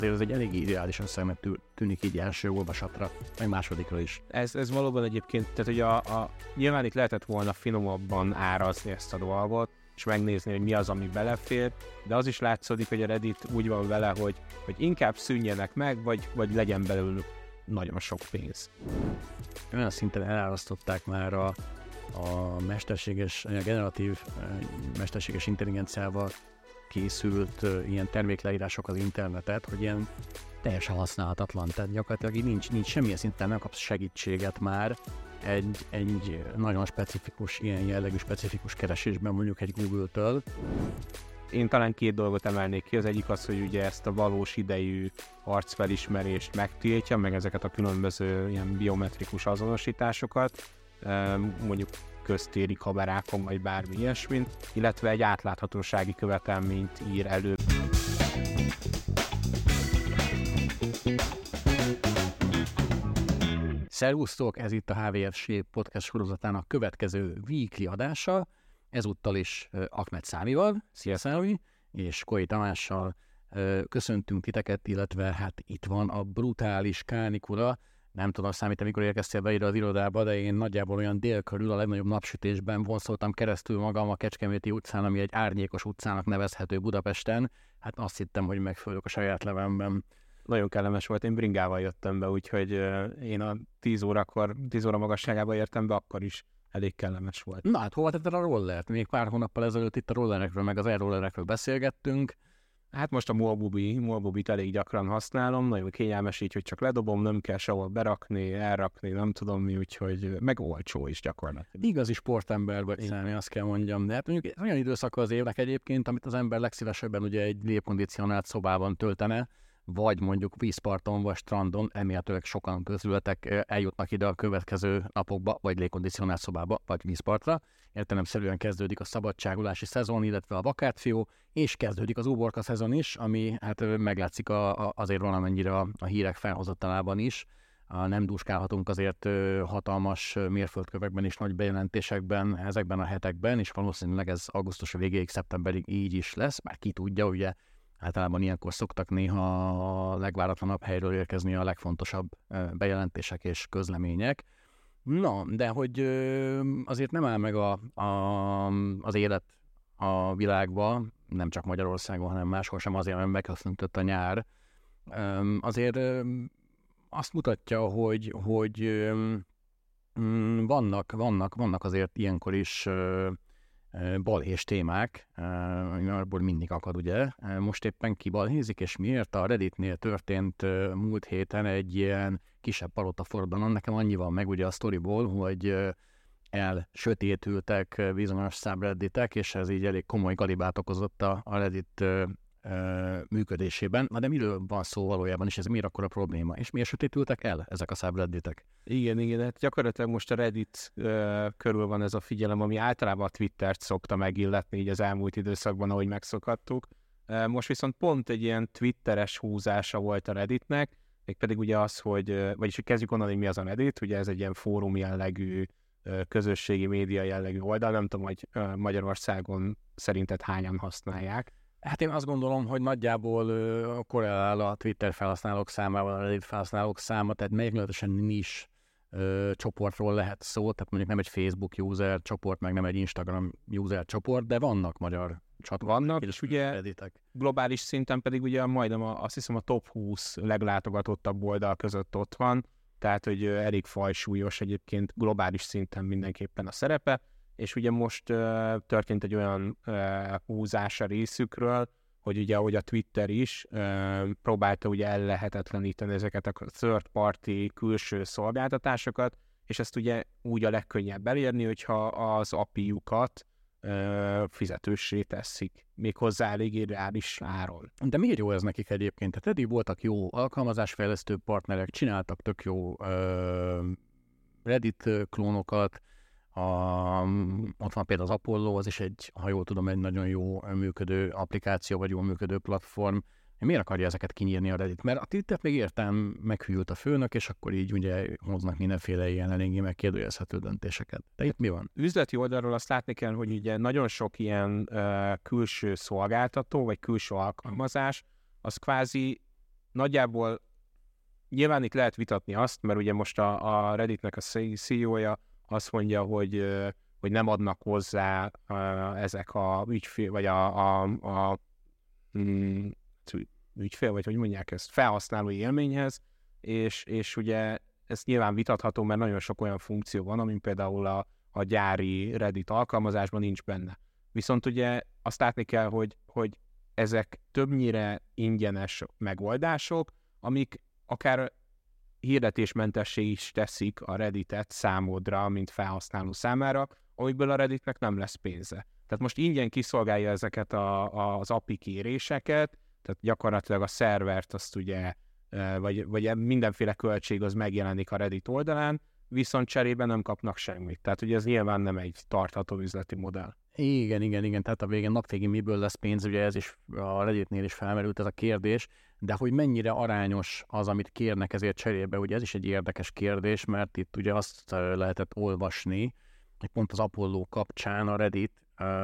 Ez egy elég ideális összegnek tűnik így első olvasatra, meg másodikra is. Ez valóban egyébként, tehát hogy nyilván itt lehetett volna finomabban árazni ezt a dolgot, és megnézni, hogy mi az, ami belefér, de az is látszódik, hogy a Reddit úgy van vele, hogy inkább szűnjenek meg, vagy legyen belőlük nagyon sok pénz. Olyan szinten elárasztották már a generatív mesterséges intelligenciával készült ilyen termékleírások az internetet, hogy ilyen teljesen használhatatlan, tehát gyakorlatilag nincs semmilyen szinten, nem kapsz segítséget már egy nagyon specifikus, ilyen jellegű specifikus keresésben, mondjuk egy Google-től. Én talán 2 dolgot emelnék ki, az egyik az, hogy ugye ezt a valós idejű arcfelismerést megtiltja, meg ezeket a különböző ilyen biometrikus azonosításokat, mondjuk köztéri kamerákon, vagy bármi ilyesmin, illetve egy átláthatósági követelményt ír elő. Szervusztok, ez itt a HVFC podcast sorozatának következő weekly adása, ezúttal is Ahmed Számival, szia Számi, és Koi Tamással köszöntünk titeket, illetve hát itt van a brutális kánikula. Nem tudom, Számi, te mikor érkeztél be ide az irodába, de én nagyjából olyan dél körül a legnagyobb napsütésben vonszoltam keresztül magam a Kecskeméti utcán, ami egy árnyékos utcának nevezhető Budapesten. Hát azt hittem, hogy megfölök a saját levemben. Nagyon kellemes volt, én bringával jöttem be, úgyhogy én a 10 óra magasságában értem be, akkor is elég kellemes volt. Na hát hova tetted a rollert? Még pár hónappal ezelőtt itt a rollerekről, meg az e-rollerekről beszélgettünk. Hát most a Molbubit elég gyakran használom, nagyon kényelmes így, hogy csak ledobom, nem kell sehol berakni, elrakni, nem tudom mi, úgyhogy meg olcsó is gyakorlatilag. Igazi sportember vagy, Számi, azt kell mondjam, de hát mondjuk olyan időszaka az évnek egyébként, amit az ember legszívesebben ugye egy légkondicionált szobában töltene, vagy mondjuk vízparton, vagy strandon, remélhetőleg sokan közületek eljutnak ide a következő napokba, vagy légkondicionált szobába, vagy vízpartra. Értelemszerűen kezdődik a szabadságolási szezon, illetve a vakáció, és kezdődik az uborka szezon is, ami hát meglátszik azért valamennyire a hírek felhozatalában is. Nem dúskálhatunk azért hatalmas mérföldkövekben és nagy bejelentésekben ezekben a hetekben, és valószínűleg ez augusztus végéig, szeptemberig így is lesz, bár ki tudja, ugye általában ilyenkor szoktak néha a legváratlanabb helyről érkezni a legfontosabb bejelentések és közlemények. Na, de hogy azért nem áll meg az élet a világban, nem csak Magyarországon, hanem máshol sem azért, mert megköszöntött a nyár. Azért azt mutatja, hogy vannak azért ilyenkor is balhés témák, abból mindig akad, ugye. Most éppen ki balhézik, és miért? A Redditnél történt múlt héten egy ilyen kisebb palotaforradalom. Nekem annyi van meg ugye a sztoriból, hogy elsötétültek bizonyos subredditek, és ez így elég komoly galibát okozott a Reddit működésében. Na de miről van szó valójában, és ez miért akkor a probléma? És miért sötétültek el ezek a subredditek? Igen, hát gyakorlatilag most a Reddit körül van ez a figyelem, ami általában a Twittert szokta megilletni így az elmúlt időszakban, ahogy megszokhattuk. Most viszont pont egy ilyen twitteres húzása volt a Redditnek, mégpedig ugye az, vagyis hogy kezdjük onnan, hogy mi az a Reddit, ugye ez egy ilyen fórum jellegű, közösségi média jellegű oldal, nem tudom, hogy Magyarországon szerinted hányan használják. Hát én azt gondolom, hogy nagyjából korrelál a Twitter felhasználók számával, a Reddit felhasználók száma, tehát meglehetősen nis csoportról lehet szó, tehát mondjuk nem egy Facebook user csoport, meg nem egy Instagram user csoport, de vannak magyar csatornák. Vannak, és ugye Redditek. Globális szinten pedig ugye majdnem azt hiszem a top 20 leglátogatottabb oldal között ott van, tehát hogy elég fajsúlyos egyébként globális szinten mindenképpen a szerepe, és ugye most történt egy olyan húzás a részükről, hogy ugye ahogy a Twitter is próbálta ugye ellehetetleníteni ezeket a third party külső szolgáltatásokat, és ezt ugye úgy a legkönnyebb elérni, hogyha az API-jukat fizetőssé teszik, méghozzá elég reális áron. De miért jó ez nekik egyébként? Tehát eddig voltak jó alkalmazásfejlesztő partnerek, csináltak tök jó Reddit klónokat, ott van például az Apollo, az is ha jól tudom, egy nagyon jó működő applikáció, vagy jól működő platform. Miért akarja ezeket kinyírni a Reddit? Mert a Twittert még értem, meghűlt a főnök, és akkor így ugye hoznak mindenféle ilyen eléggé megkérdőjelezhető döntéseket. De itt mi van? Üzleti oldalról azt látni kell, hogy ugye nagyon sok ilyen külső szolgáltató, vagy külső alkalmazás, az kvázi nagyjából nyilván itt lehet vitatni azt, mert ugye most a Redditnek a CEO-ja azt mondja, hogy nem adnak hozzá ezek a ügyfél, vagy ügyfél, vagy hogy mondják ezt, felhasználói élményhez, és ugye ez nyilván vitatható, mert nagyon sok olyan funkció van, ami például a gyári Reddit alkalmazásban nincs benne. Viszont ugye azt látni kell, hogy ezek többnyire ingyenes megoldások, amik akár hirdetésmentessé is teszik a Redditet számodra, mint felhasználó számára, amikből a Redditnek nem lesz pénze. Tehát most ingyen kiszolgálja ezeket az API kéréseket, tehát gyakorlatilag a szervert azt ugye, vagy mindenféle költség az megjelenik a Reddit oldalán, viszont cserében nem kapnak semmit. Tehát ugye ez nyilván nem egy tartható üzleti modell. Igen. Tehát a végén, napvégén miből lesz pénz, ugye ez is a Redditnél is felmerült ez a kérdés, de hogy mennyire arányos az, amit kérnek ezért cserébe, ugye ez is egy érdekes kérdés, mert itt ugye azt lehetett olvasni, hogy pont az Apollo kapcsán a Reddit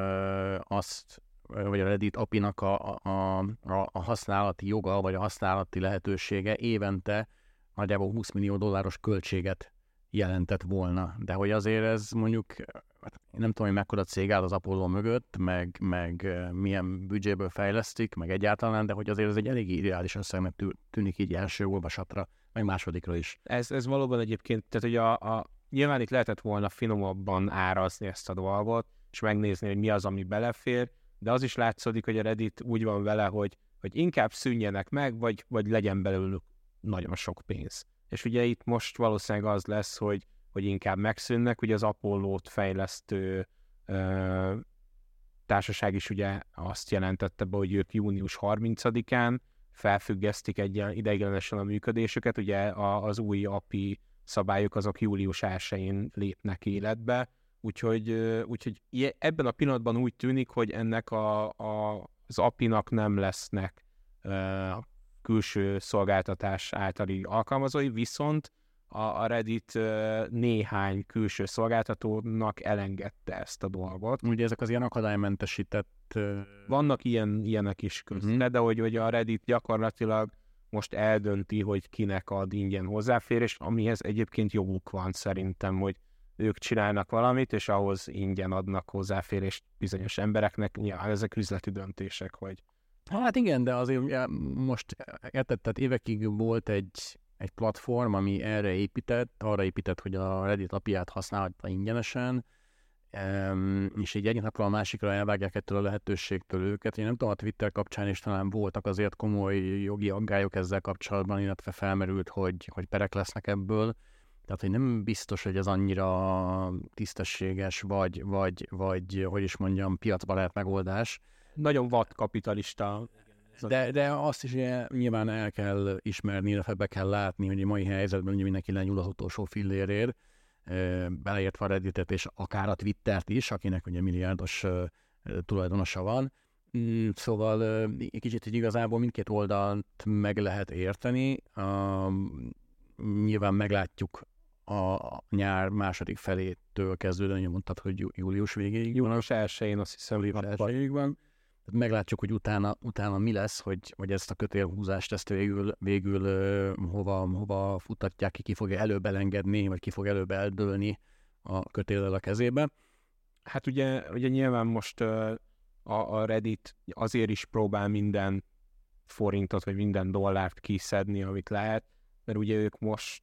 vagy a Reddit API-nak a használati joga, vagy a használati lehetősége évente nagyjából $20 millió költséget jelentett volna. De hogy azért ez mondjuk, nem tudom, hogy mekkora cég áll az Apollo mögött, meg milyen büdzséből fejlesztik, meg egyáltalán, de hogy azért ez egy elég ideális összegnek tűnik így első olvasatra, meg másodikra is. Ez valóban egyébként, tehát hogy nyilván itt lehetett volna finomabban árazni ezt a dolgot, és megnézni, hogy mi az, ami belefér, de az is látszódik, hogy a Reddit úgy van vele, hogy inkább szűnjenek meg, vagy legyen belőlük nagyon sok pénz. És ugye itt most valószínűleg az lesz, hogy inkább megszűnnek, ugye az Apollo-t fejlesztő társaság is ugye azt jelentette be, hogy ők június 30-án felfüggesztik ideiglenesen a működésüket, ugye az új API szabályok azok július 1-én lépnek életbe, úgyhogy ebben a pillanatban úgy tűnik, hogy ennek az API-nak nem lesznek külső szolgáltatás általi alkalmazói, viszont a Reddit néhány külső szolgáltatónak elengedte ezt a dolgot. Ugye ezek az ilyen akadálymentesített... Vannak ilyenek is közben, de hogy a Reddit gyakorlatilag most eldönti, hogy kinek ad ingyen hozzáférést, amihez egyébként joguk van szerintem, hogy ők csinálnak valamit, és ahhoz ingyen adnak hozzáférést bizonyos embereknek. Ja, ezek üzleti döntések, hogy... Hát igen, de azért ugye, most érted, tehát évekig volt egy platform, ami arra épített, hogy a Reddit API-ját használhatja ingyenesen, és így egyik napról a másikra elvágják ettől a lehetőségtől őket. Én nem tudom, a Twitter kapcsán is talán voltak azért komoly jogi aggályok ezzel kapcsolatban, illetve felmerült, hogy perek lesznek ebből. Tehát, hogy nem biztos, hogy ez annyira tisztességes, vagy hogy is mondjam, piacbarát megoldás. Nagyon vadkapitalista. De azt is nyilván el kell ismerni, illetve be kell látni, hogy a mai helyzetben ugye mindenki lenyúl az utolsó fillérért, beleértve a Redditet és akár a Twittert is, akinek ugye milliárdos tulajdonosa van. Szóval egy kicsit igazából mindkét oldalt meg lehet érteni. Nyilván meglátjuk a nyár második felétől kezdődően, mondtad, hogy július végéig. Július 1-én azt hiszem, hogy van. Meglátjuk, hogy utána mi lesz, hogy ezt a kötélhúzást ezt végül hova futtatják ki fogja előbb elengedni, vagy ki fog előbb eldőlni a kötéllel a kezébe. Hát ugye nyilván most a Reddit azért is próbál minden forintot, vagy minden dollárt kiszedni, amit lehet, mert ugye ők most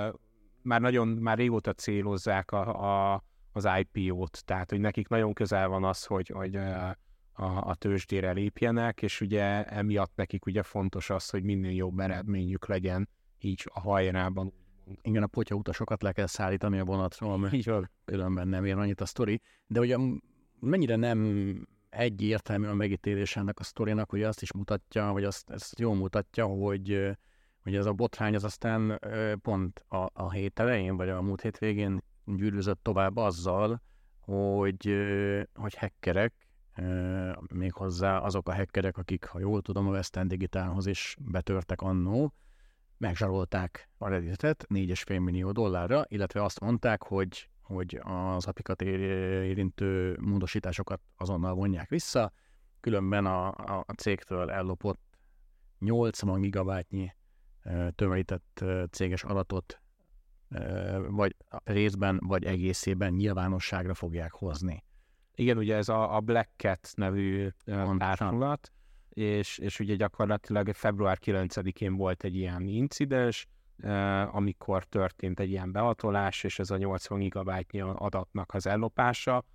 már régóta célozzák az IPO-t, tehát hogy nekik nagyon közel van az, hogy a tőzsdére lépjenek, és ugye emiatt nekik ugye fontos az, hogy minél jobb eredményük legyen így a hajrában. Igen, a potyautasokat le kell szállítani a vonatról, mert különben nem ér annyit a sztori. De ugye mennyire nem egyértelmű a megítélés ennek a sztorinak, hogy azt is mutatja, vagy ezt jól mutatja, hogy ez a botrány az aztán pont a hét elején, vagy a múlt hét végén gyűrűzött tovább azzal, hogy hackerek, méghozzá azok a hackerek, akik, ha jól tudom, a Western Digitalhoz is betörtek annó, megzsarolták a Redditet $4,5 millió, illetve azt mondták, hogy az apikat érintő módosításokat azonnal vonják vissza, különben a cégtől ellopott 80 gigabájtnyi tömörített céges adatot vagy részben, vagy egészében nyilvánosságra fogják hozni. Igen, ugye ez a Black Cat nevű társulat, és ugye gyakorlatilag február 9-én volt egy ilyen incidens, amikor történt egy ilyen behatolás, és ez a 80 gigabájtnyi adatnak az ellopása.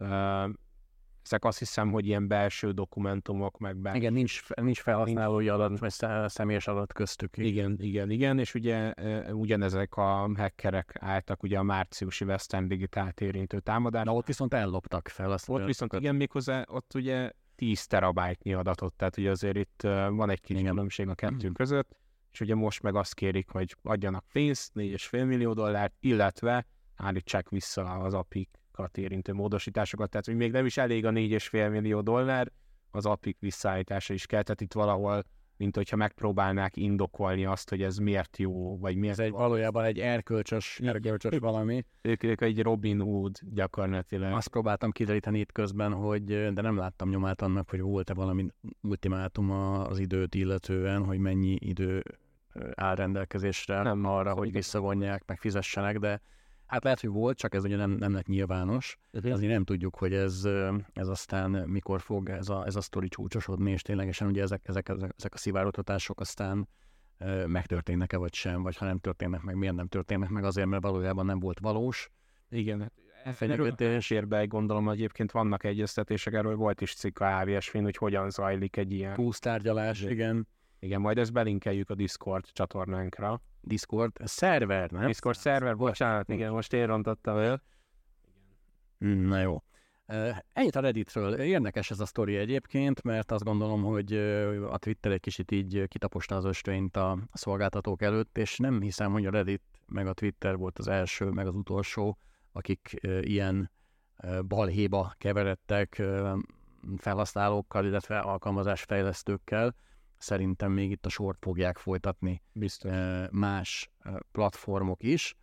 Ezek azt hiszem, hogy ilyen belső dokumentumok, meg igen, nincs felhasználói adat, vagy személyes adat köztük. Igen, és ugye ugyanezek a hackerek álltak ugye a márciusi Western Digitált érintő támadásra. Na ott viszont elloptak fel. Ott viszont igen, méghozzá ott ugye 10 terabájtnyi adatot, tehát ugye azért itt van egy kicsi különbség a kettő között, és ugye most meg azt kérik, hogy adjanak pénzt, $4,5 millió, illetve állítsák vissza az API-kat érintő módosításokat, tehát hogy még nem is elég a $4,5 millió, az API visszaállítása is kell, tehát itt valahol, mint hogyha megpróbálnák indokolni azt, hogy ez miért jó, vagy miért... Ez valójában egy erkölcsös valami. Ők egy Robin Hood gyakorlatilag. Azt próbáltam kideríteni itt közben, de nem láttam nyomát annak, hogy volt-e valami ultimátum az időt illetően, hogy mennyi idő áll rendelkezésre nem arra, hogy visszavonják, meg fizessenek, de hát lehet, hogy volt, csak ez ugye nem lett nyilvános. Azért nem tudjuk, hogy ez aztán mikor fog ez a sztori csúcsosodni, és ténylegesen ugye ezek a szivárogtatások aztán megtörténnek-e vagy sem, vagy ha nem történnek meg, miért nem történnek meg, azért, mert valójában nem volt valós. Igen, fenyegetésérbe gondolom, hogy egyébként vannak egyeztetések, erről volt is cikk a AVS-n, hogy hogyan zajlik egy ilyen... Tárgyalás, igen. Igen, majd ezt belinkeljük a Discord csatornánkra. Discord szerver, nem? Discord szerver, bocsánat, igen, most én rontottam el. Na jó. Ennyit a Redditről. Érdekes ez a sztori egyébként, mert azt gondolom, hogy a Twitter egy kicsit így kitaposta az ösvényt a szolgáltatók előtt, és nem hiszem, hogy a Reddit meg a Twitter volt az első, meg az utolsó, akik ilyen balhéba keveredtek felhasználókkal, illetve alkalmazásfejlesztőkkel. Szerintem még itt a sort fogják folytatni. Biztos. Más platformok is.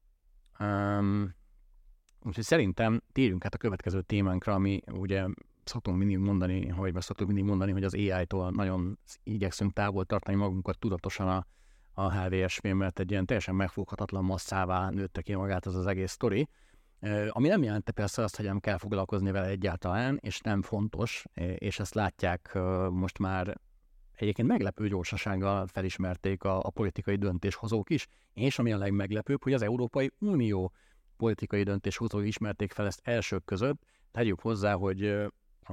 Úgyhogy szerintem térjünk át a következő témánkra, ami ugye szoktunk mindig mondani, hogy az AI-tól nagyon igyekszünk távol tartani magunkat tudatosan a HVSV, mert egy ilyen teljesen megfoghatatlan masszává nőtte ki magát az egész sztori. Ami nem jelenti persze azt, hogy nem kell foglalkozni vele egyáltalán, és nem fontos, és ezt látják most már egyébként meglepő gyorsasággal felismerték a politikai döntéshozók is, és ami a legmeglepőbb, hogy az Európai Unió politikai döntéshozói ismerték fel ezt elsők között. Tegyük hozzá, hogy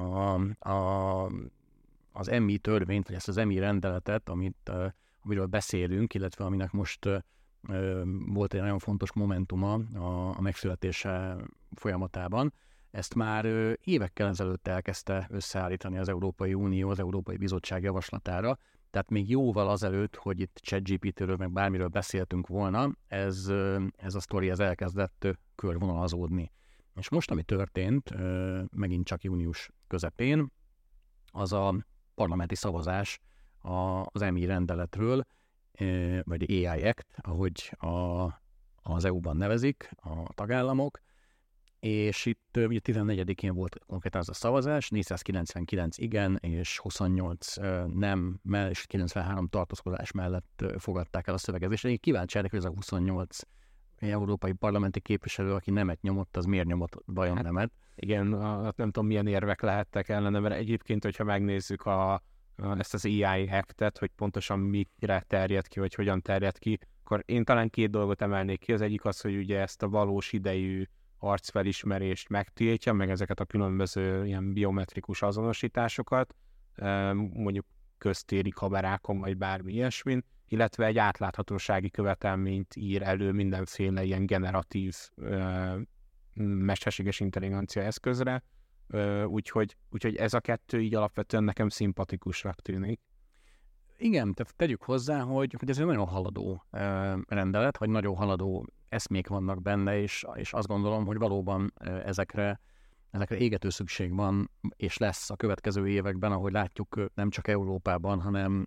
az EMI törvényt, vagy ezt az EMI rendeletet, amiről beszélünk, illetve aminek most volt egy nagyon fontos momentuma a megszületése folyamatában, ezt már évekkel ezelőtt elkezdte összeállítani az Európai Unió, az Európai Bizottság javaslatára, tehát még jóval azelőtt, hogy itt ChatGPT-ről meg bármiről beszéltünk volna, ez a sztori elkezdett körvonalazódni. És most, ami történt, megint csak június közepén, az a parlamenti szavazás az EMI rendeletről, vagy AI Act, ahogy az EU-ban nevezik a tagállamok, és itt ugye 14-én volt konkrétan az a szavazás, 499 igen, és 28 nem, és 93 tartózkodás mellett fogadták el a szövegezést. Én kíváncsi vagyok, hogy ez a 28 európai parlamenti képviselő, aki nemet nyomott, az miért nyomott vajon nemet? Igen, nem tudom milyen érvek lehettek ellene, mert egyébként, hogyha megnézzük ezt az AI Act-et, hogy pontosan mikre terjed ki, vagy hogyan terjed ki, akkor én talán két dolgot emelnék ki. Az egyik az, hogy ugye ezt a valós idejű arcfelismerést megtiltja, meg ezeket a különböző ilyen biometrikus azonosításokat, mondjuk köztéri kamerákon, vagy bármi ilyesmin, illetve egy átláthatósági követelményt ír elő mindenféle ilyen generatív mesterséges intelligencia eszközre, úgyhogy ez a kettő így alapvetően nekem szimpatikusnak tűnik. Igen, tehát tegyük hozzá, hogy ez egy nagyon haladó rendelet, vagy nagyon haladó eszmék vannak benne, és azt gondolom, hogy valóban ezekre égető szükség van, és lesz a következő években, ahogy látjuk nem csak Európában, hanem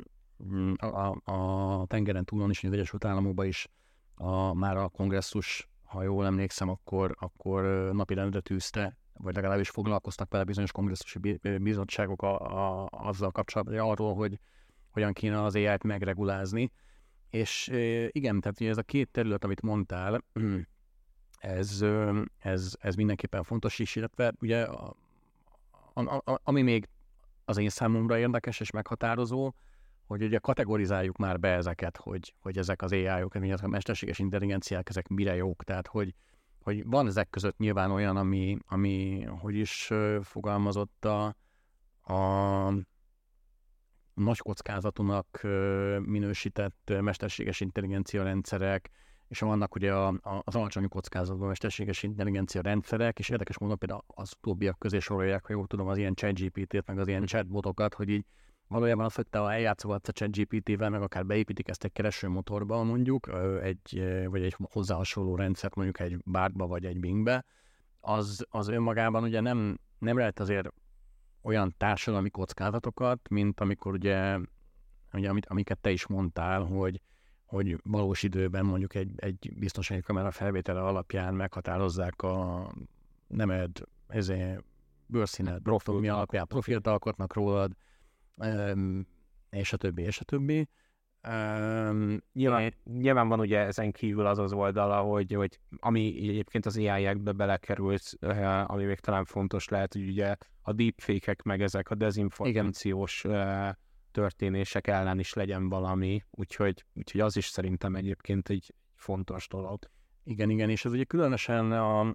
a tengeren túlon is, az Egyesült Államokban is már a kongresszus, ha jól emlékszem, akkor napirendre tűzte, vagy legalábbis foglalkoztak vele bizonyos kongresszusi bizottságok azzal kapcsolatban, arról, hogy hogyan kéne az AI-t megregulázni. És igen, tehát ugye ez a két terület, amit mondtál, ez mindenképpen fontos is, illetve ugye ami még az én számomra érdekes és meghatározó, hogy ugye kategorizáljuk már be ezeket, hogy ezek az AI-ok, ezek a mesterséges intelligenciák, ezek mire jók, tehát hogy van ezek között nyilván olyan, ami hogy is fogalmazott a nagy kockázatúnak minősített mesterséges intelligencia rendszerek, és vannak ugye az alacsony kockázatban mesterséges intelligencia rendszerek, és érdekes módon például az utóbbiak közé sorolják, ha jól tudom, az ilyen ChatGPT-t, meg az ilyen chatbotokat, hogy így valójában az, hogy te eljátszogatsz a ChatGPT-vel, meg akár beépítik ezt egy keresőmotorba mondjuk, vagy egy hozzá hasonló rendszert mondjuk egy Bardba vagy egy Bingbe, az önmagában ugye nem lehet azért olyan társadalmi kockázatokat, mint amikor ugye amiket te is mondtál, hogy valós időben mondjuk egy biztonsági kamera felvétele alapján meghatározzák a nemed, bőrszíned, mi alapján profilt alkotnak rólad, és a többi, és a többi. Nyilván van ugye ezen kívül az oldala, hogy ami egyébként az AI-ekbe belekerült, ami még talán fontos lehet, hogy ugye a deepfake-ek meg ezek a dezinformációs történések ellen is legyen valami, úgyhogy az is szerintem egyébként egy fontos dolog. Igen, és ez ugye különösen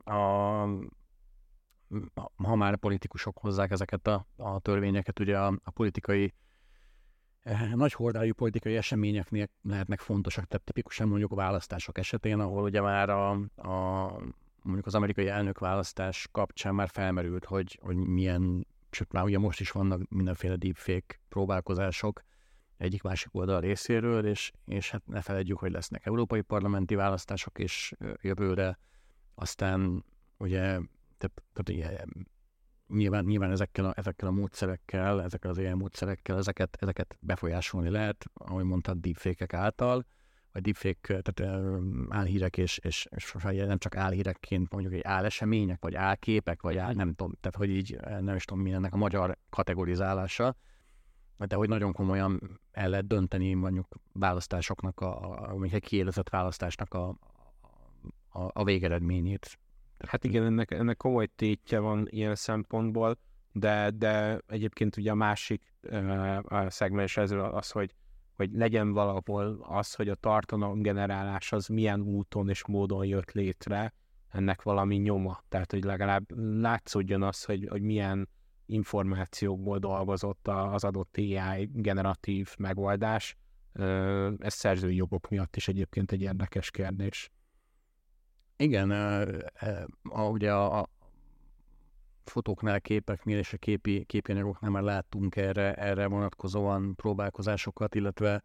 ha már politikusok hozzák ezeket a törvényeket, ugye a politikai nagy hordájú politikai eseményeknél lehetnek fontosak, tehát tipikusan mondjuk a választások esetén, ahol ugye már mondjuk az amerikai elnökválasztás kapcsán már felmerült, hogy milyen, sőt már ugye most is vannak mindenféle deepfake próbálkozások egyik-másik oldal részéről, és hát ne feledjük, hogy lesznek európai parlamenti választások is jövőre, aztán ugye Nyilván ezekkel a módszerekkel, ezekkel az ilyen módszerekkel ezeket befolyásolni lehet, ahogy mondtad, deepfake-ek által, vagy deepfake, tehát álhírek és nem csak álhírekként mondjuk egy álesemények, vagy álképek, vagy nem tudom, tehát hogy így nem is tudom mi ennek a magyar kategorizálása, de hogy nagyon komolyan el lehet dönteni mondjuk választásoknak, mondjuk egy kiélezett választásnak a végeredményét. Hát igen, ennek komoly tétje van ilyen szempontból, de egyébként ugye a másik szegmens ez az, hogy legyen valahol az, hogy a tartalomgenerálás az milyen úton és módon jött létre, ennek valami nyoma. Tehát, hogy legalább látszódjon az, hogy milyen információkból dolgozott az adott AI generatív megoldás. Ez szerzői jogok miatt is egyébként egy érdekes kérdés. Igen, ugye a fotóknál, képeknél és a képanyagoknál már láttunk erre vonatkozóan próbálkozásokat, illetve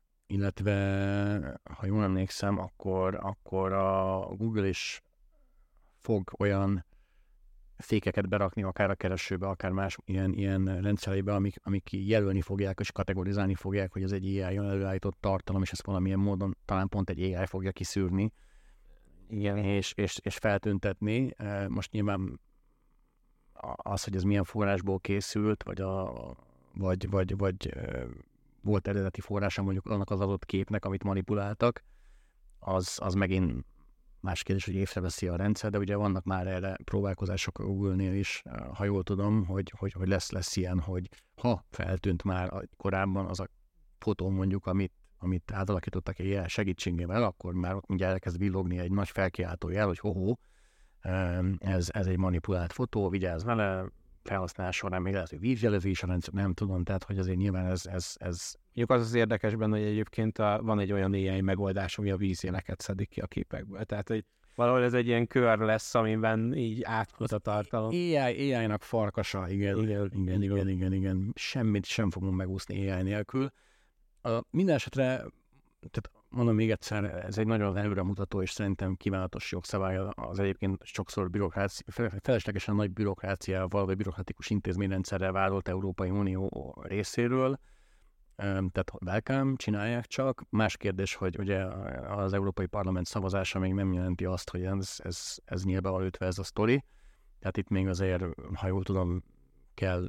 ha jól emlékszem, akkor a Google is fog olyan fékeket berakni, akár a keresőbe, akár más ilyen rendszereibe, amik jelölni fogják és kategorizálni fogják, hogy ez egy AI-on előállított tartalom, és ezt valamilyen módon talán pont egy AI fogja kiszűrni. Igen. És feltüntetni. Most nyilván az, hogy ez milyen forrásból készült, vagy volt eredeti forrása mondjuk annak az adott képnek, amit manipuláltak, az megint más kérdés, hogy észreveszi a rendszer, de ugye vannak már erre próbálkozások a Google-nél is, ha jól tudom, hogy lesz ilyen, hogy ha feltűnt már korábban az a fotó mondjuk, amit átalakítottak egy jel segítségével, akkor már ott mindjárt elkezd villogni egy nagy felkiáltó jel, hogy ez egy manipulált fotó, vigyázz vele, felhasználás során még lehet, hogy vízjelezés a rendszer, nem tudom, tehát hogy azért nyilván ez... Mondjuk az érdekes benne, hogy egyébként van egy olyan AI megoldás, ami a vízjeleket szedik ki a képekből, tehát hogy valahol ez egy ilyen kör lesz, amiben így átfut a tartalom. AI-nak farkasa, igen. Semmit sem fogunk megúszni AI nélkül. Minden esetre, tehát mondom még egyszer, ez egy nagyon előremutató és szerintem kívánatos jogszabály az egyébként sokszor feleslegesen nagy bürokráciával vagy bürokratikus intézményrendszerrel vádolt Európai Unió részéről. Tehát welcome, csinálják csak. Más kérdés, hogy ugye az Európai Parlament szavazása még nem jelenti azt, hogy ez nyilvánvaló ütve ez a sztori. Tehát itt még azért, ha jól tudom, kell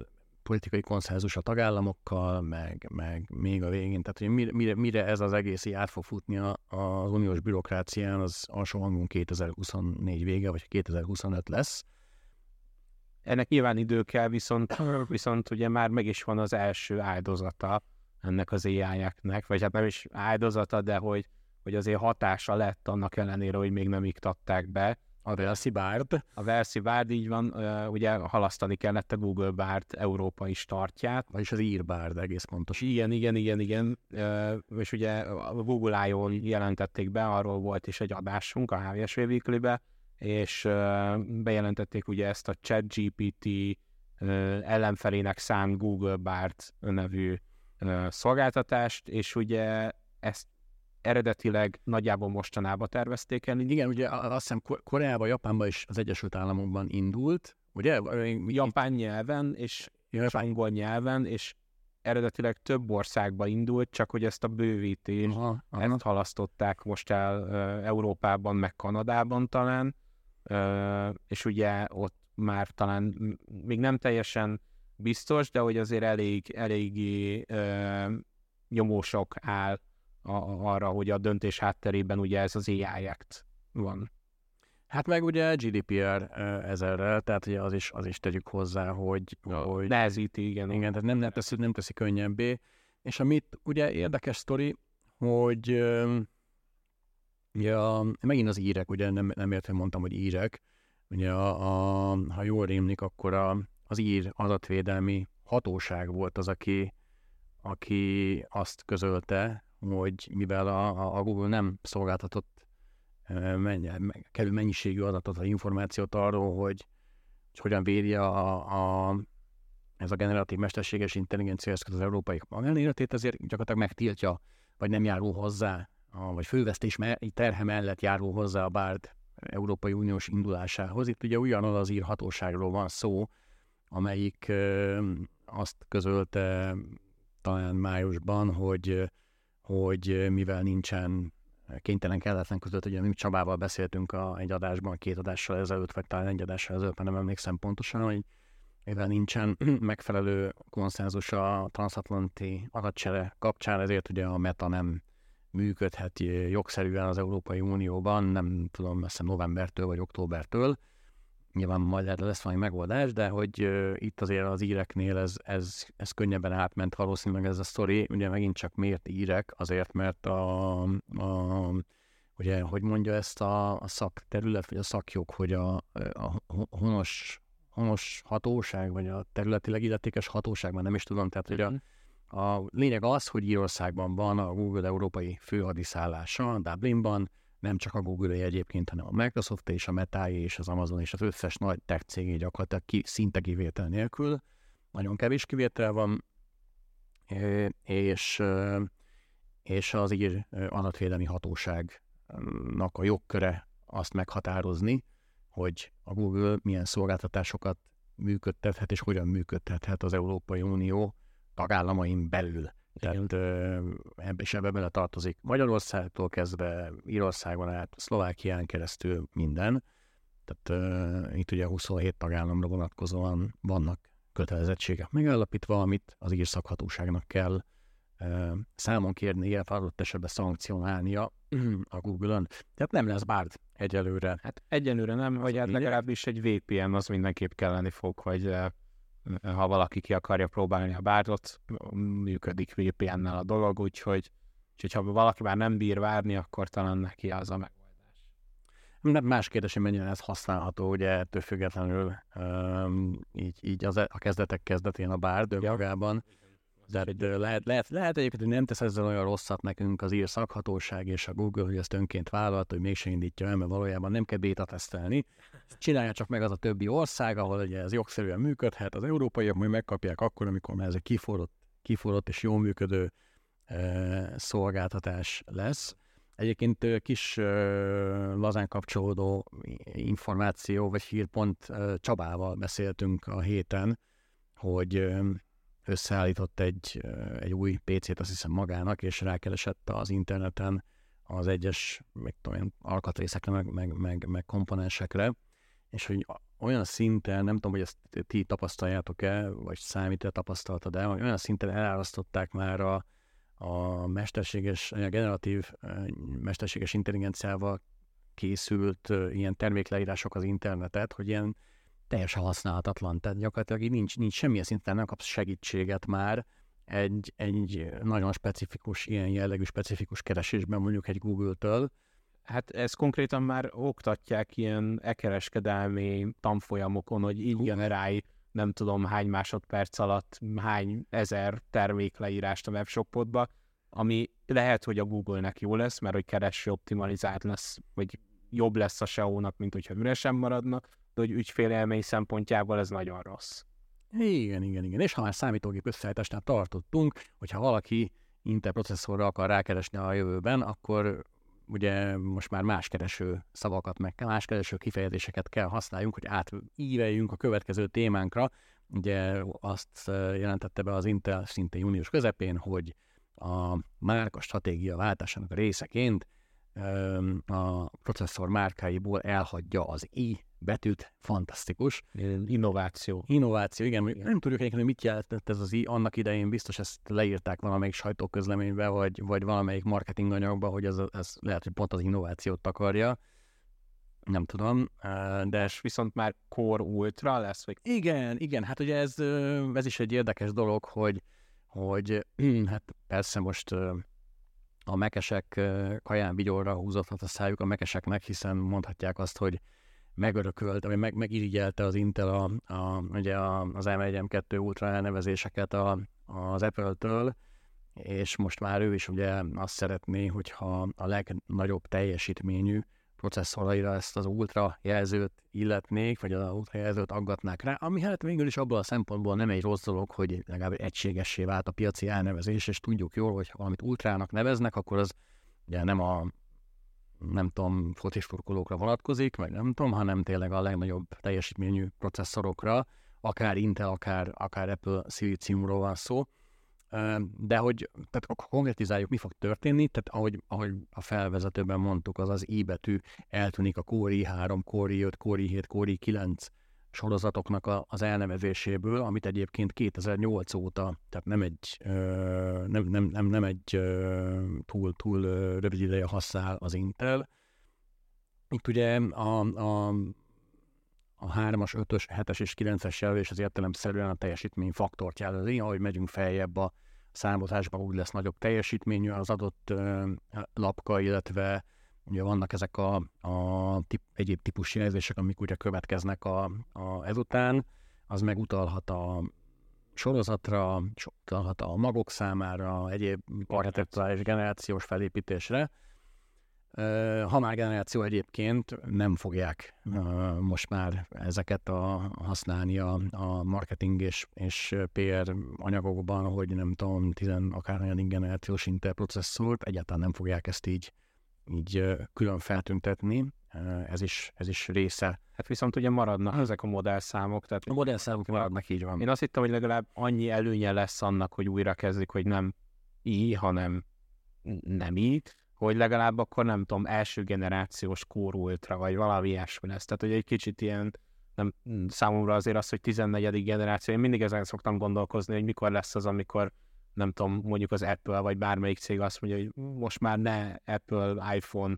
politikai konszenzus a tagállamokkal, meg még a végén. Tehát, hogy mire ez az egész át fog futni az uniós bürokrácián, az alsó hangon 2024 vége, vagy 2025 lesz. Ennek nyilván idő kell, viszont ugye már meg is van az első áldozata ennek az AI-eknek, vagy hát nem is áldozata, de hogy azért hatása lett annak ellenére, hogy még nem iktatták be. A Versi Bard. A Versi Bard, így van, ugye halasztani kellett a Google Bard európai startját. Vagyis az ír Bard, egész pontos. Igen. És ugye a Google I.O.-n jelentették be, arról volt is egy adásunk a HVSV Weekly-be, és bejelentették ugye ezt a ChatGPT ellenfelének szánt Google Bard nevű szolgáltatást, és ugye ezt eredetileg nagyjából mostanában tervezték el. Igen, ugye azt hiszem Koreában, Japánban és az Egyesült Államokban indult, ugye? Japán nyelven és angol nyelven, és eredetileg több országba indult, csak hogy ezt a bővítést, ezt halasztották most el Európában, meg Kanadában talán, és ugye ott már talán még nem teljesen biztos, de hogy azért eléggé nyomósok áll arra, hogy a döntés hátterében ugye ez az AI Act van. Hát meg ugye GDPR ezerrel, tehát ugye az is tegyük hozzá, hogy nehezíti, igen. Igen, tehát nem teszi könnyebbé. És amit ugye érdekes sztori, hogy megint az írek, ugye nem értem mondtam, hogy írek, ugye ha jól rémlik, akkor az ír adatvédelmi hatóság volt az, aki azt közölte, hogy mivel a Google nem szolgáltatott kellő mennyiségű adatot, vagy információt arról, hogy hogyan védi ez a generatív mesterséges intelligencia eszköz az európai magánéletét, ezért gyakorlatilag megtiltja, vagy nem járul hozzá, vagy fölvesztés terhe mellett járul hozzá a Bard Európai Uniós indulásához. Itt ugye ugyanaz az ír hatóságról van szó, amelyik azt közölte talán májusban, hogy mivel nincsen kelletlen között, ugye mi Csabával beszéltünk egy adásban, 2 adással ezelőtt, vagy talán egy adással ezelőtt, nem emlékszem pontosan, hogy mivel nincsen megfelelő konszenzus a transatlanti adatcsere kapcsán, ezért ugye a Meta nem működhet jogszerűen az Európai Unióban, nem tudom, azt hiszem novembertől vagy októbertől. Nyilván majd erre lesz valami megoldás, de hogy itt azért az íreknél ez könnyebben átment valószínűleg ez a sztori. Ugye megint csak miért írek? Azért, mert ugye, hogy mondja ezt a szakterület, vagy a szakjog, hogy a honos hatóság, vagy a területileg illetékes hatóságban, nem is tudom, tehát hogy a lényeg az, hogy Írországban van a Google európai főhadiszállása, Dublinban, nem csak a Google-é egyébként, hanem a Microsoft és a Meta-é és az Amazon és az összes nagy tech cégé gyakorlatilag szinte kivétel nélkül. Nagyon kevés kivétel van, és az ír adatvédelmi hatóságnak a jogköre azt meghatározni, hogy a Google milyen szolgáltatásokat működtethet és hogyan működtethet az Európai Unió tagállamain belül. Tehát ebbe bele tartozik Magyarországtól kezdve, Írországon át, Szlovákián keresztül minden. Tehát itt ugye 27 tagállamra vonatkozóan vannak kötelezettségek megállapítva, amit az ír szakhatóságnak kell számon kérni, illetve adott esetben szankcionálnia a Google-on. Tehát nem lesz Bard egyelőre. Hát egyelőre nem, vagy hát legalábbis egy VPN az mindenképp kelleni fog, hogy ha valaki ki akarja próbálni a Bardot, működik VPN-nel a dolog, úgyhogy ha valaki már nem bír várni, akkor talán neki az a megoldás. Más kérdés, hogy mennyire ez használható, ugye ettől függetlenül így a kezdetek kezdetén a Bard önmagában. De lehet egyébként, hogy nem tesz ezzel olyan rosszat nekünk az ír szakhatóság és a Google, hogy ezt önként vállalt, hogy mégse indítja el, mert valójában nem kell béta tesztelni. Csinálja csak meg az a többi ország, ahol ugye ez jogszerűen működhet, az európaiak majd megkapják akkor, amikor már ez egy kiforrott és jól működő szolgáltatás lesz. Egyébként kis lazán kapcsolódó információ, vagy hírpont Csabával beszéltünk a héten, hogy összeállított egy új PC-t, azt hiszem magának, és rákeresett az interneten az egyes alkatrészekre, meg komponensekre, és hogy olyan szinten, nem tudom, hogy ezt ti tapasztaljátok-e, vagy Számi, te tapasztaltad el, hogy olyan szinten elárasztották már a generatív mesterséges intelligenciával készült ilyen termékleírások az internetet, hogy ilyen teljesen használhatatlan. Tehát gyakorlatilag nincs semmilyen szinten, nem kapsz segítséget már egy nagyon specifikus, ilyen jellegű specifikus keresésben, mondjuk egy Google-től. Hát ezt konkrétan már oktatják ilyen e-kereskedelmi tanfolyamokon, hogy így generálj nem tudom hány másodperc alatt hány ezer termékleírást a webshopodba, ami lehet, hogy a Google-nek jó lesz, mert hogy kereső optimalizált lesz, vagy jobb lesz a SEO-nak, mint hogyha üresen maradna, de hogy ügyfélélmény szempontjából ez nagyon rossz. Igen. És ha már számítógép összeállításnál tartottunk, hogyha valaki Intel processzorra akar rákeresni a jövőben, akkor ugye most már más kereső szavakat, meg más kereső kifejezéseket kell használjunk, hogy átíveljünk a következő témánkra. Ugye azt jelentette be az Intel szinte június közepén, hogy a márka stratégia váltásának a részeként a processzor márkáiból elhagyja az I betűt, fantasztikus. Innováció, igen. Nem tudjuk egyébként, hogy mit jelentett ez az I. Annak idején biztos ezt leírták valamelyik sajtóközleménybe, vagy valamelyik marketinganyagba, hogy ez lehet, hogy pont az innovációt akarja. Nem tudom, de... És viszont már Core Ultra lesz? Vagy... Igen, hát ugye ez is egy érdekes dolog, hogy hát persze most a mekesek kaján vigyorra húzódhat a szájuk a mekeseknek, hiszen mondhatják azt, hogy megörökölt, vagy megirigyelte az Intel ugye az M1, M2 Ultra elnevezéseket az Apple-től, és most már ő is ugye azt szeretné, hogyha a legnagyobb teljesítményű processzoraira ezt az Ultra jelzőt illetnék, vagy az Ultra jelzőt aggatnák rá, ami hát végül is abból a szempontból nem egy rossz dolog, hogy legalább egységessé vált a piaci elnevezés, és tudjuk jól, hogy ha valamit Ultrának neveznek, akkor az ugye nem tudom, focisturkolókra vonatkozik, vagy nem tudom, hanem tényleg a legnagyobb teljesítményű processzorokra, akár Intel, akár Apple szilíciumról van szó. De hogy tehát konkretizáljuk, mi fog történni, tehát ahogy a felvezetőben mondtuk, az I betű eltűnik a Core i3, Core i5, Core i7, Core i9 sorozatoknak az elnevezéséből, amit egyébként 2008 óta, tehát nem egy túl rövid ideje használ az Intel. Itt ugye a 3-as, 5-ös, 7-es és 9-es jelölés az értelemszerűen a teljesítményfaktort jelöli, ahogy megyünk feljebb a számozásban, úgy lesz nagyobb teljesítményű az adott lapka, illetve ugye vannak ezek egyéb típusú jelzések, amik ugye következnek ezután, az meg utalhat a sorozatra, utalhat a magok számára, egyéb architekturális generációs felépítésre. Ha már generáció egyébként nem fogják most már ezeket használni a marketing és PR anyagokban, hogy nem tudom, akárhányadik generációs Intel processzort, egyáltalán nem fogják ezt így külön feltüntetni. Ez is része. Hát viszont ugye maradnak ezek a modellszámok. Tehát a modellszámok maradnak, így van. Én azt hittem, hogy legalább annyi előnye lesz annak, hogy újra kezdik, hogy nem I, hanem nem I, hogy legalább akkor nem tudom, első generációs Core Ultra, vagy valami ilyesmi lesz. Tehát, hogy egy kicsit ilyen, nem, számomra azért az, hogy 14. generáció, én mindig ezen szoktam gondolkozni, hogy mikor lesz az, amikor nem tudom, mondjuk az Apple, vagy bármelyik cég azt mondja, hogy most már ne Apple iPhone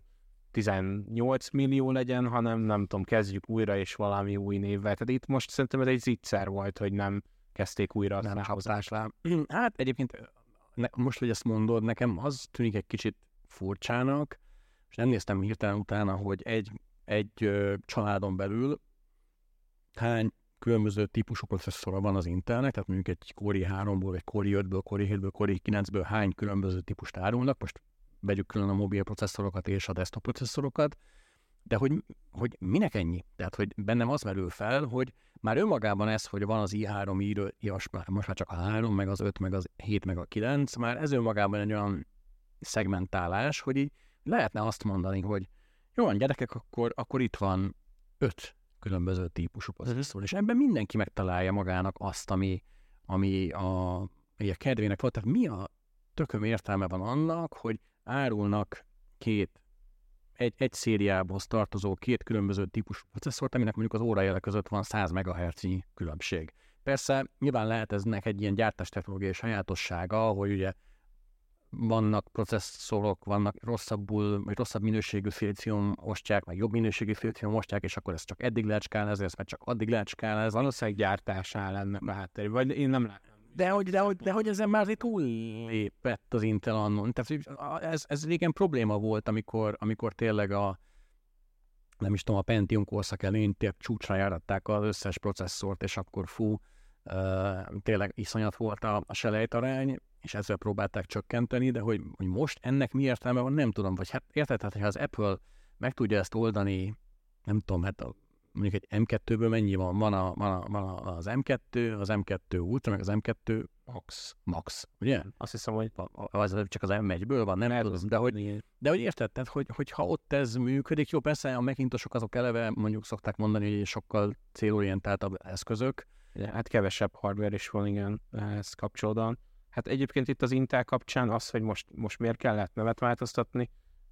18 millió legyen, hanem nem tudom, kezdjük újra, és valami új névvel. Tehát itt most szerintem ez egy zicser volt, hogy nem kezdték újra nem csapásra. Hát egyébként most, hogy ezt mondod, nekem az tűnik egy kicsit furcsának, és nem néztem hirtelen utána, hogy egy családon belül hány különböző típusú processzora van az Intelnek, tehát mondjuk egy Core i3-ból, egy Core i5-ből, Core i7-ből, Core i9-ből hány különböző típust árulnak, most vegyük külön a mobil processzorokat és a desktop processzorokat, de hogy minek ennyi? Tehát, hogy bennem az merül fel, hogy már önmagában ez, hogy van az i3, most már csak a 3, meg az 5, meg az 7, meg a 9, már ez önmagában egy olyan szegmentálás, hogy így lehetne azt mondani, hogy jó, gyerekek, akkor itt van 5 különböző típusú processzor, és ebben mindenki megtalálja magának azt, ami a kedvének volt. Tehát mi a tököm értelme van annak, hogy árulnak 2 egy szériához tartozó két különböző típusú processzort, aminek mondjuk az órajelek között van 100 MHz-nyi különbség. Persze nyilván lehet eznek egy ilyen gyártástechnológiai sajátossága, hogy ugye vannak processzorok, vannak rosszabb minőségű szilícium osztják, meg jobb minőségű szilícium osztják, és akkor ezt csak eddig lehet skálázni, ezt meg csak addig lehet skálázni. Valószínűleg gyártás áll ennek a hátterében, vagy én nem látom. De hogy ezen már túllépett az Intel annon. Tehát ez régen probléma volt, amikor tényleg nem is tudom, a Pentium korszak elején csúcsra járatták az összes processzort, és akkor tényleg iszonyat volt a selejtarány, és ezzel próbálták csökkenteni, de hogy most ennek mi értelme van, nem tudom. Vagy hát érted, hát, ha az Apple meg tudja ezt oldani, nem tudom, hát mondjuk egy M2-ből mennyi van? Van az M2, az M2 Ultra, meg az M2 Max, ugye? Azt hiszem, hogy az csak az M1-ből van, nem tudom, de hogy érted, tehát, hogy ha ott ez működik, jó, persze a Macintosok azok eleve, mondjuk szokták mondani, hogy sokkal célorientáltabb eszközök. Hát kevesebb hardware is van, igen, ehhez kapcsolódóan. Hát egyébként itt az Intel kapcsán az, hogy most miért kellett nevet változtatni,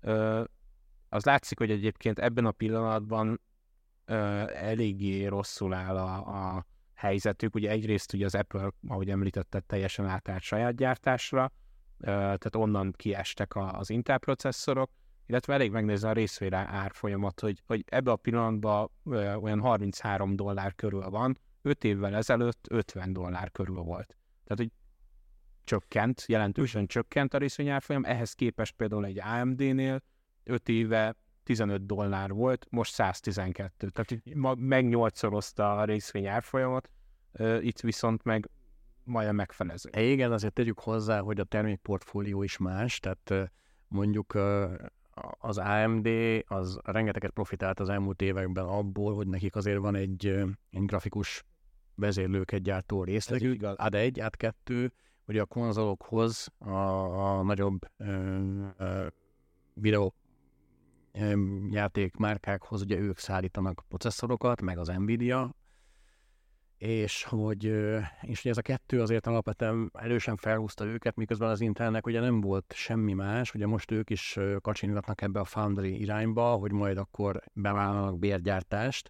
az látszik, hogy egyébként ebben a pillanatban eléggé rosszul áll a helyzetük. Ugye egyrészt ugye az Apple, ahogy említetted, teljesen átállt saját gyártásra, tehát onnan kiestek az Intel processzorok, illetve elég megnézni a részvény árfolyamat, hogy ebben a pillanatban olyan $33 körül van, 5 évvel ezelőtt $50 körül volt. Tehát, hogy csökkent, jelentősen csökkent a részvény árfolyam, ehhez képest például egy AMD-nél 5 éve $15 volt, most 112. Tehát megnyolcszorozta a részvény árfolyamat, itt viszont meg majdnem megfelező. Igen, azért tegyük hozzá, hogy a termékportfólió is más, tehát mondjuk az AMD az rengeteget profitált az elmúlt években abból, hogy nekik azért van egy grafikus vezérlőket gyártó részlegük, AD1, AD2, hogy a konzolokhoz, a nagyobb videó játékmárkákhoz ugye ők szállítanak processzorokat, meg az Nvidia, és hogy ez a kettő azért alapvetően erősen felhúzta őket, miközben az Intelnek ugye nem volt semmi más, ugye most ők is kacsingatnak ebbe a Foundry irányba, hogy majd akkor bevállalnak bérgyártást,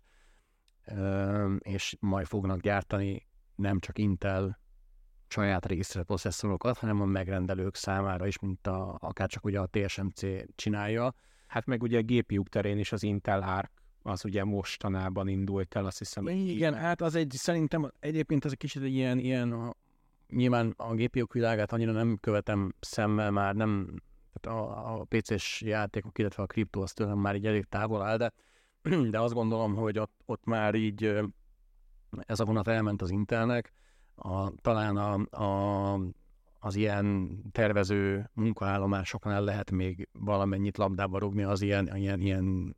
és majd fognak gyártani nem csak Intel saját részre processzorokat, hanem a megrendelők számára is, mint akár csak ugye a TSMC csinálja. Hát meg ugye a GPU-k terén is az Intel Arc, az ugye mostanában indult el, azt hiszem. Igen, hát szerintem egyébként ez egy kicsit ilyen nyilván a GPU-k világát annyira nem követem szemmel, már nem, tehát a PC-s játékok, illetve a kriptó az tőlem már így elég távol áll, de azt gondolom, hogy ott már így ez a vonat elment az Intelnek, talán az ilyen tervező munkaállomásoknál lehet még valamennyit labdába rúgni, az ilyen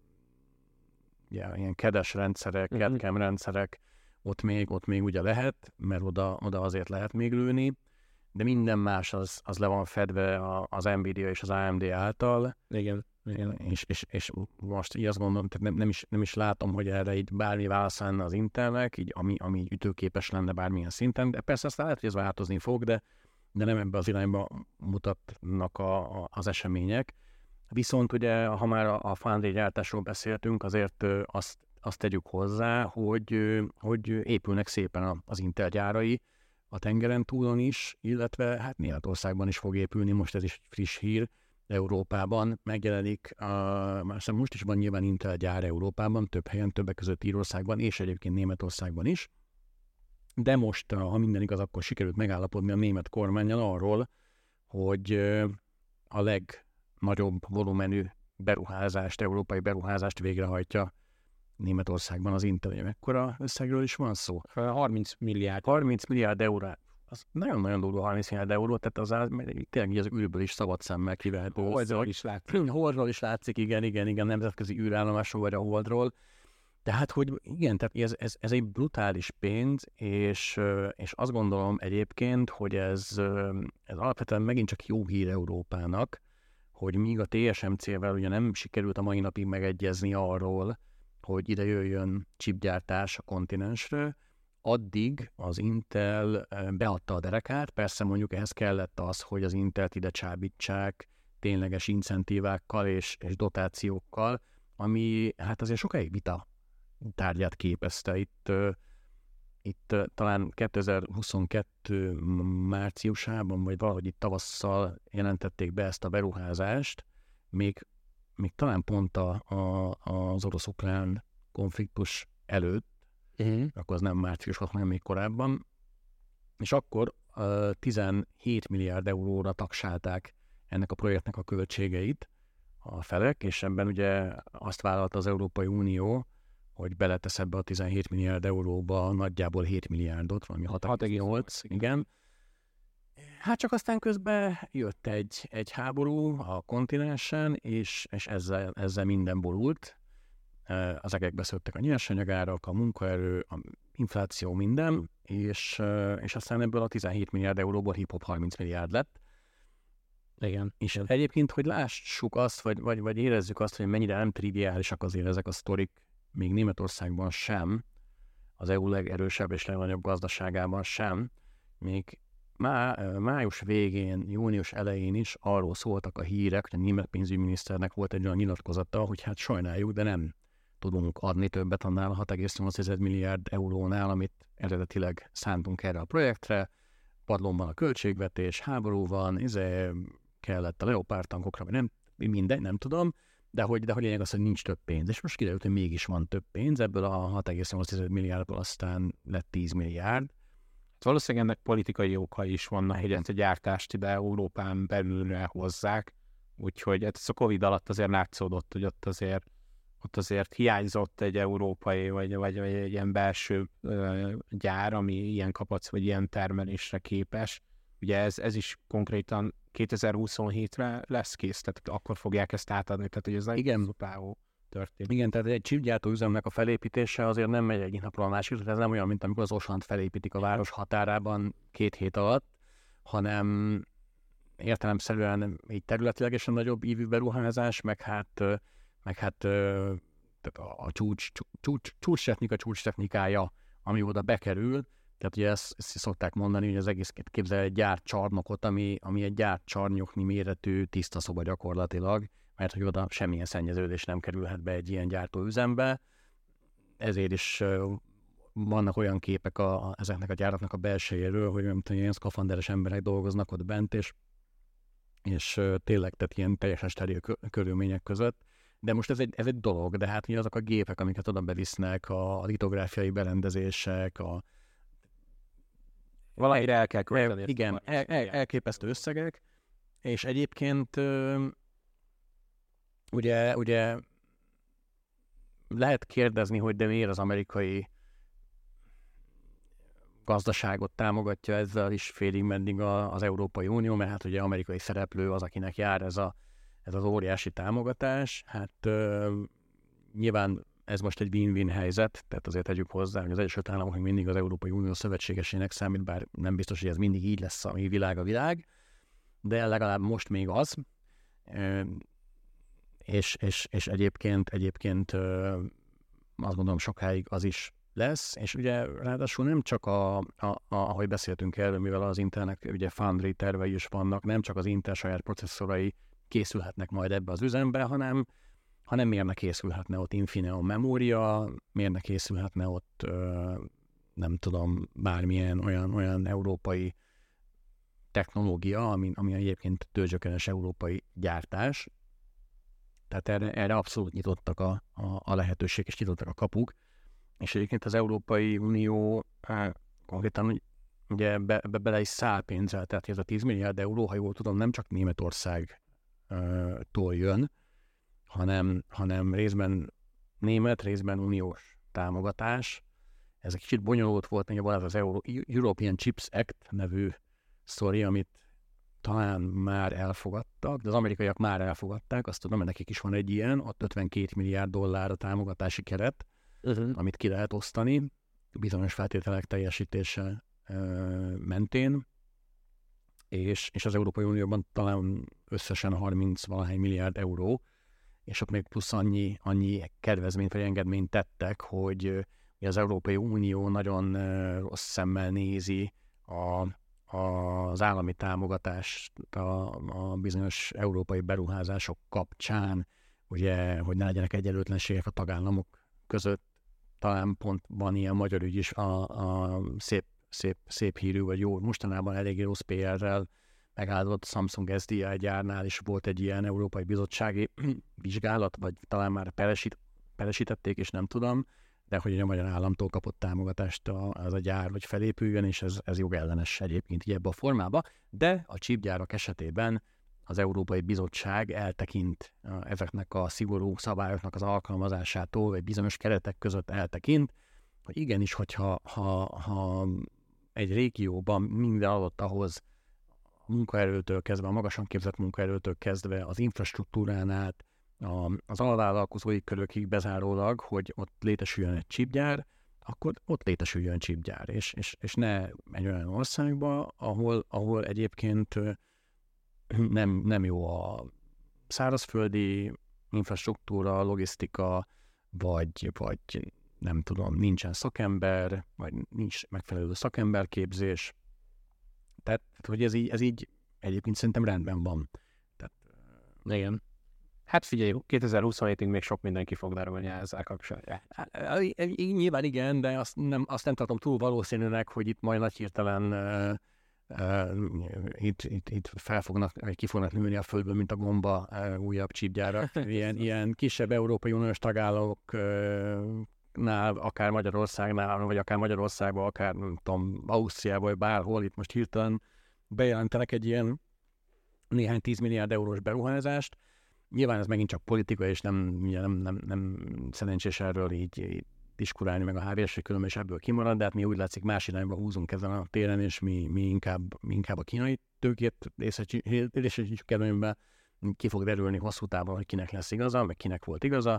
kedes rendszerek, CAD-CAM rendszerek, ott még ugye lehet, mert oda azért lehet még lőni, de minden más az le van fedve az Nvidia és az AMD által. Igen. És most így azt gondolom, tehát nem is látom, hogy erre így bármi válasz lenne az Intelnek, így, ami ütőképes lenne bármilyen szinten, de persze aztán lehet, hogy ez változni fog, de nem ebbe az irányba mutatnak az események. Viszont ugye, ha már a Foundry gyártásról beszéltünk, azért azt tegyük hozzá, hogy épülnek szépen az Intel gyárai a tengeren túlon is, illetve hát Németországban is fog épülni, most ez is friss hír, Európában megjelenik, most is van nyilván Intel gyár Európában, több helyen, többek között Írországban, és egyébként Németországban is. De most, ha minden igaz, akkor sikerült megállapodni a német kormánnyal arról, hogy a legnagyobb volumenű beruházást, európai beruházást végrehajtja Németországban az Intel. Mekkora összegről is van szó? 30 milliárd. 30 milliárd euró. Az nagyon-nagyon durva 30 milliárd euró, tehát tényleg így az űrből is szabad szemmel kivehető. Holdról is látszik. Holdról is látszik, igen, nemzetközi űrállomásról vagy a Holdról. Tehát, hogy igen, tehát ez egy brutális pénz, és azt gondolom egyébként, hogy ez alapvetően megint csak jó hír Európának, hogy míg a TSMC-vel ugye nem sikerült a mai napig megegyezni arról, hogy ide jöjjön chipgyártás a kontinensre, addig az Intel beadta a derekát, persze mondjuk ehhez kellett az, hogy az Intelt ide csábítsák tényleges incentívákkal és dotációkkal, ami hát azért sokáig vita tárgyát képezte. Itt talán 2022 márciusában, vagy valahogy itt tavasszal jelentették be ezt a beruházást, még talán pont az orosz-ukrán konfliktus előtt, akkor az nem március volt, hanem még korábban, és akkor 17 milliárd euróra taksálták ennek a projektnek a költségeit a felek, és ebben ugye azt vállalta az Európai Unió, hogy beletesz ebbe a 17 milliárd euróba nagyjából 7 milliárdot, valami 6,8, igen. Hát csak aztán közben jött egy háború a kontinensen, és ezzel minden borult. Az egekbe szöktek a nyersanyagárak, a munkaerő, a infláció, minden, és aztán ebből a 17 milliárd euróból hip-hop 30 milliárd lett. Igen. És egyébként, hogy lássuk azt, vagy érezzük azt, hogy mennyire nem triviálisak azért ezek a sztorik, még Németországban sem, az EU legerősebb és legnagyobb gazdaságában sem, még május végén, június elején is arról szóltak a hírek, hogy a német pénzügyminiszternek volt egy olyan nyilatkozata, hogy hát sajnáljuk, de nem tudunk adni többet annál a 6,8 milliárd eurónál, amit eredetileg szántunk erre a projektre. Padlón van a költségvetés, háború van, kellett a Leopard tankokra, vagy nem, mindegy, nem tudom, de hogy lényeg az, hogy nincs több pénz. És most kiderült, hogy mégis van több pénz, ebből a 6,8 milliárdból aztán lett 10 milliárd. Valószínűleg ennek politikai okai is vannak, hogy ezt a gyártást ide Európán belülre hozzák, úgyhogy ez a Covid alatt azért látszódott, hogy ott azért hiányzott egy európai, vagy egy ilyen belső gyár, ami ilyen vagy ilyen termelésre képes. Ugye ez is konkrétan 2027-re lesz kész, tehát akkor fogják ezt átadni, tehát hogy ez egy szupávó történt. Igen, tehát egy chipgyártó üzemnek a felépítése azért nem megy egyik napról a másikra, ez nem olyan, mint amikor az Oslant felépítik a város határában 2 hét alatt, hanem értelemszerűen egy területilegesen nagyobb ívű beruházás, meg hát tehát a csúcstechnikája, ami oda bekerül, tehát ugye ezt szokták mondani, hogy az egész képzel egy gyárcsarnokot, ami egy gyárcsarnoknyi méretű tiszta szoba gyakorlatilag, mert hogy oda semmilyen szennyeződés nem kerülhet be egy ilyen gyártóüzembe. Ezért is vannak olyan képek ezeknek a gyáraknak a belsejéről, hogy nem tudom, ilyen szkafanderes emberek dolgoznak ott bent, és tényleg tehát ilyen teljesen steril körülmények között. De most ez egy dolog, de hát ugye azok a gépek, amiket oda bevisznek, a litográfiai berendezések, valahelyre el kell költeni. Igen, elképesztő összegek, és egyébként ugye lehet kérdezni, hogy de miért az amerikai gazdaságot támogatja ezzel is félig meddig az Európai Unió, mert hát ugye amerikai szereplő az, akinek jár ez az óriási támogatás. Hát nyilván ez most egy win-win helyzet, tehát azért tegyük hozzá, hogy az Egyesült Államok még mindig az Európai Unió szövetségesének számít, bár nem biztos, hogy ez mindig így lesz, ami világ a világ, de legalább most még az. És egyébként azt gondolom sokáig az is lesz, és ugye ráadásul nem csak ahogy beszéltünk erről, mivel az Intelnek ugye foundry tervei is vannak, nem csak az Intel saját processzorai készülhetnek majd ebbe az üzembe, hanem miért ne készülhetne ott Infineon memória, miért ne készülhetne ott nem tudom, bármilyen olyan európai technológia, ami egyébként tőzsökenes európai gyártás. Tehát erre abszolút nyitottak a lehetőség, és nyitottak a kapuk. És egyébként az Európai Unió konkrétan ugye bele is száll pénzzel, tehát ez a 10 milliárd euró, ha jól tudom, nem csak Németországtól jön, hanem részben német, részben uniós támogatás. Ez egy kicsit bonyolult volt, ugye van az European Chips Act nevű sztori, amit talán már elfogadtak, de az amerikaiak már elfogadták, azt tudom, mert nekik is van egy ilyen, ott 52 milliárd dollár a támogatási keret, amit ki lehet osztani, bizonyos feltételek teljesítése mentén, és az Európai Unióban talán összesen 30-valahány milliárd euró, és ott még plusz annyi kedvezményt vagy engedményt tettek, hogy az Európai Unió nagyon rossz szemmel nézi az állami támogatást a bizonyos európai beruházások kapcsán, ugye, hogy ne legyenek egyenlőtlenségek a tagállamok között. Talán pont van ilyen magyar ügy is, a szép hírű, vagy jó, mostanában eléggé rossz PR-rel megáldott Samsung SDI gyárnál is volt egy ilyen európai bizottsági vizsgálat, vagy talán már peresítették, és nem tudom, de hogy a magyar államtól kapott támogatást az a gyár, hogy felépüljön, és ez jogellenes egyébként így ebbe a formába, de a chipgyárak esetében az Európai Bizottság eltekint ezeknek a szigorú szabályoknak az alkalmazásától, vagy bizonyos keretek között eltekint, hogy igenis, hogyha ha egy régióban minden adott ahhoz a munkaerőtől kezdve, a magasan képzett munkaerőtől kezdve, az infrastruktúrán át, az alvállalkozói körökig bezárólag, hogy ott létesüljön egy chipgyár, akkor ott létesüljön chipgyár, és ne egy olyan országba, ahol egyébként nem jó a szárazföldi infrastruktúra, logisztika, vagy nem tudom, nincsen szakember, vagy nincs megfelelő szakemberképzés. Tehát, hogy ez így egyébként szerintem rendben van. Tehát, igen. Hát figyelj, 2027-ig még sok mindenki fog darulni ezzel kapcsolatban. Nyilván igen, de azt nem tartom túl valószínűnek, hogy itt majd nagy hirtelen itt ki fognak nőni a földből, mint a gomba újabb chipgyárak. Ilyen kisebb Európai Uniós tagállamoknál, akár Magyarországnál, vagy akár Magyarországban, akár nem tudom, Ausztriában, vagy bárhol, itt most hirtelen bejelentenek egy ilyen néhány 10 milliárd eurós beruházást. Nyilván ez megint csak politika, és nem szerencsés erről így diskurálni, meg a HVS különben is ebből kimarad, de hát mi úgy látszik más irányba húzunk ezen a téren, és mi inkább a kínai tőkét részesítjük előnybe, ki fog derülni hosszú távon, hogy kinek lesz igaza, meg kinek volt igaza,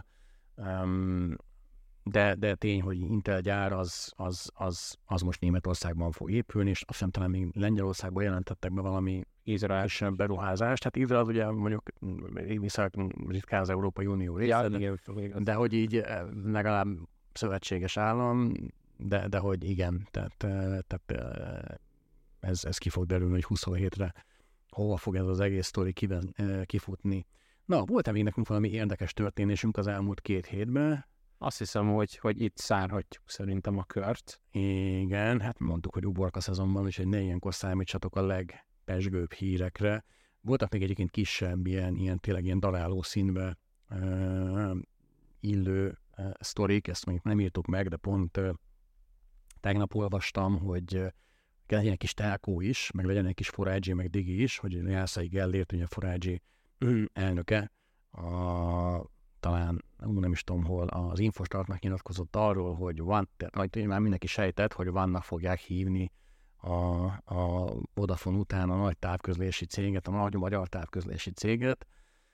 de tény, hogy Intel gyár az most Németországban fog épülni, és azt hiszem talán még Lengyelországban jelentettek be valami izraelis beruházást. Hát Izrael az ugye mondjuk viszont ritkán az Európai Unió része, de hogy így legalább szövetséges állam, de hogy igen, tehát ez ki fog derülni, hogy 27-re hova fog ez az egész sztori kifutni. Na, volt-e még nekünk valami érdekes történésünk az elmúlt 2 hétben? Azt hiszem, hogy itt szárhatjuk szerintem a kört. Igen, hát mondtuk, hogy uborka szezonban, és hogy ne ilyenkor számítsatok a legpezsgőbb hírekre. Voltak még egyébként kisebb, tényleg ilyen daráló színbe illő sztorik, ezt mondjuk nem írtuk meg, de pont tegnap olvastam, hogy legyen egy kis telkó is, meg legyen egy kis Forágyi, meg Digi is, hogy Jászai Gellért, ugye a Forágyi elnöke, talán nem is tudom hol, az Infostartnak nyilatkozott arról, hogy már mindenki sejtett, hogy vannak fogják hívni a Vodafone után a nagy távközlési céget, a nagy magyar távközlési céget,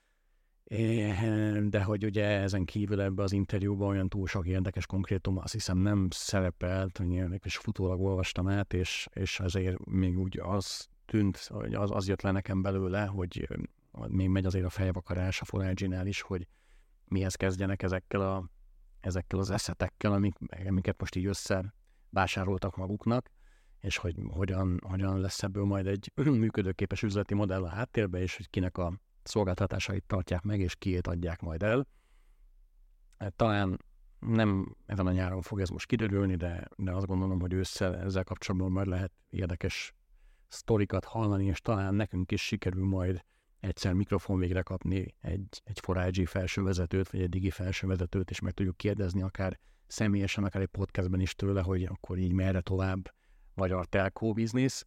de hogy ugye ezen kívül ebbe az interjúban olyan túl sok érdekes konkrétum azt hiszem nem szerepelt, és futólag olvastam át, és azért még úgy az tűnt, hogy az jött le nekem belőle, hogy még megy azért a fejvakarás a Forágynál is, hogy mihez kezdjenek ezekkel az eszetekkel, amiket most így összevásároltak maguknak, és hogy hogyan lesz ebből majd egy működőképes üzleti modell a háttérbe, és hogy kinek a szolgáltatásait tartják meg, és kiét adják majd el. Talán nem ezen a nyáron fog ez most kiderülni, de azt gondolom, hogy ősszel ezzel kapcsolatban majd lehet érdekes sztorikat hallani, és talán nekünk is sikerül majd egyszer mikrofon végre kapni egy Forágyi felsővezetőt, vagy egy Digi felsővezetőt, és meg tudjuk kérdezni akár személyesen, akár egy podcastben is tőle, hogy akkor így merre tovább magyar telkó biznisz.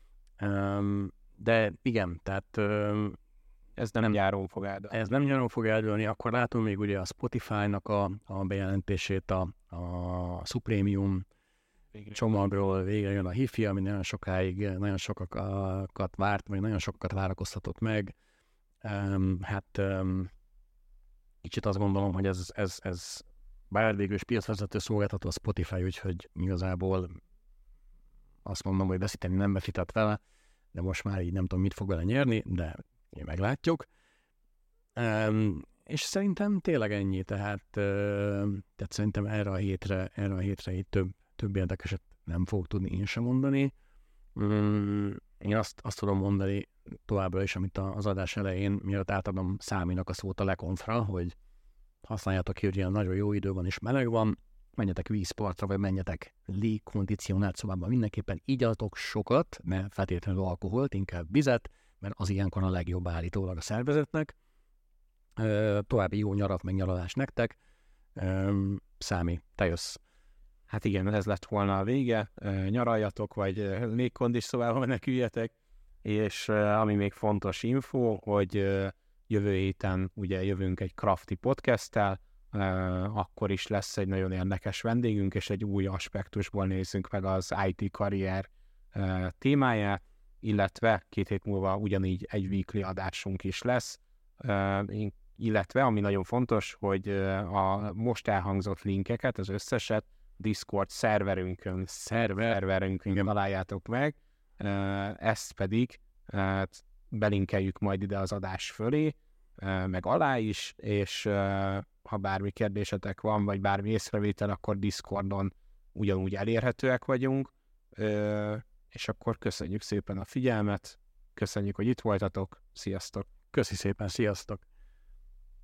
De igen, tehát ez nem nyáron fog eldőlni. Ez nem nyáron fog eldőlni, akkor látom még ugye a Spotify-nak a bejelentését, a Supremium csomagról végre jön a Hi-Fi, ami nagyon sokáig, nagyon sokakat várt, vagy nagyon sokakat várakoztatott meg. Kicsit azt gondolom, hogy ez bár végül is piacvezető szolgáltató a Spotify, úgyhogy igazából azt mondom, hogy veszíteni nem veszített vele, de most már így nem tudom, mit fog vele nyerni, de meglátjuk. És szerintem tényleg ennyi, tehát szerintem erre a hétre így több érdekeset nem fogok tudni én sem mondani. Én azt tudom mondani továbbra is, amit az adás elején, mielőtt átadom Száminak a szót a Lekonfra, hogy használjátok ki, hogy ilyen nagyon jó idő van és meleg van, menjetek vízpartra, vagy menjetek légkondicionált szobában, mindenképpen igyatok sokat, ne feltétlenül alkoholt, inkább vizet, mert az ilyenkor a legjobb állítólag a szervezetnek. További jó nyarat, meg nyaralást nektek. Számi, te jössz. Hát igen, ez lett volna a vége. Nyaraljatok, vagy légkondis szobában meneküljetek. És ami még fontos info, hogy jövő héten ugye jövünk egy Crafty podcasttel, akkor is lesz egy nagyon érdekes vendégünk, és egy új aspektusból nézzünk meg az IT karrier témáját, illetve 2 hét múlva ugyanígy egy weekly adásunk is lesz, illetve ami nagyon fontos, hogy a most elhangzott linkeket, az összeset Discord szerverünkön találjátok meg, ezt pedig belinkeljük majd ide az adás fölé, meg alá is, és ha bármi kérdésetek van, vagy bármi észrevétel, akkor Discordon ugyanúgy elérhetőek vagyunk, és akkor köszönjük szépen a figyelmet, köszönjük, hogy itt voltatok, sziasztok! Köszi szépen, sziasztok!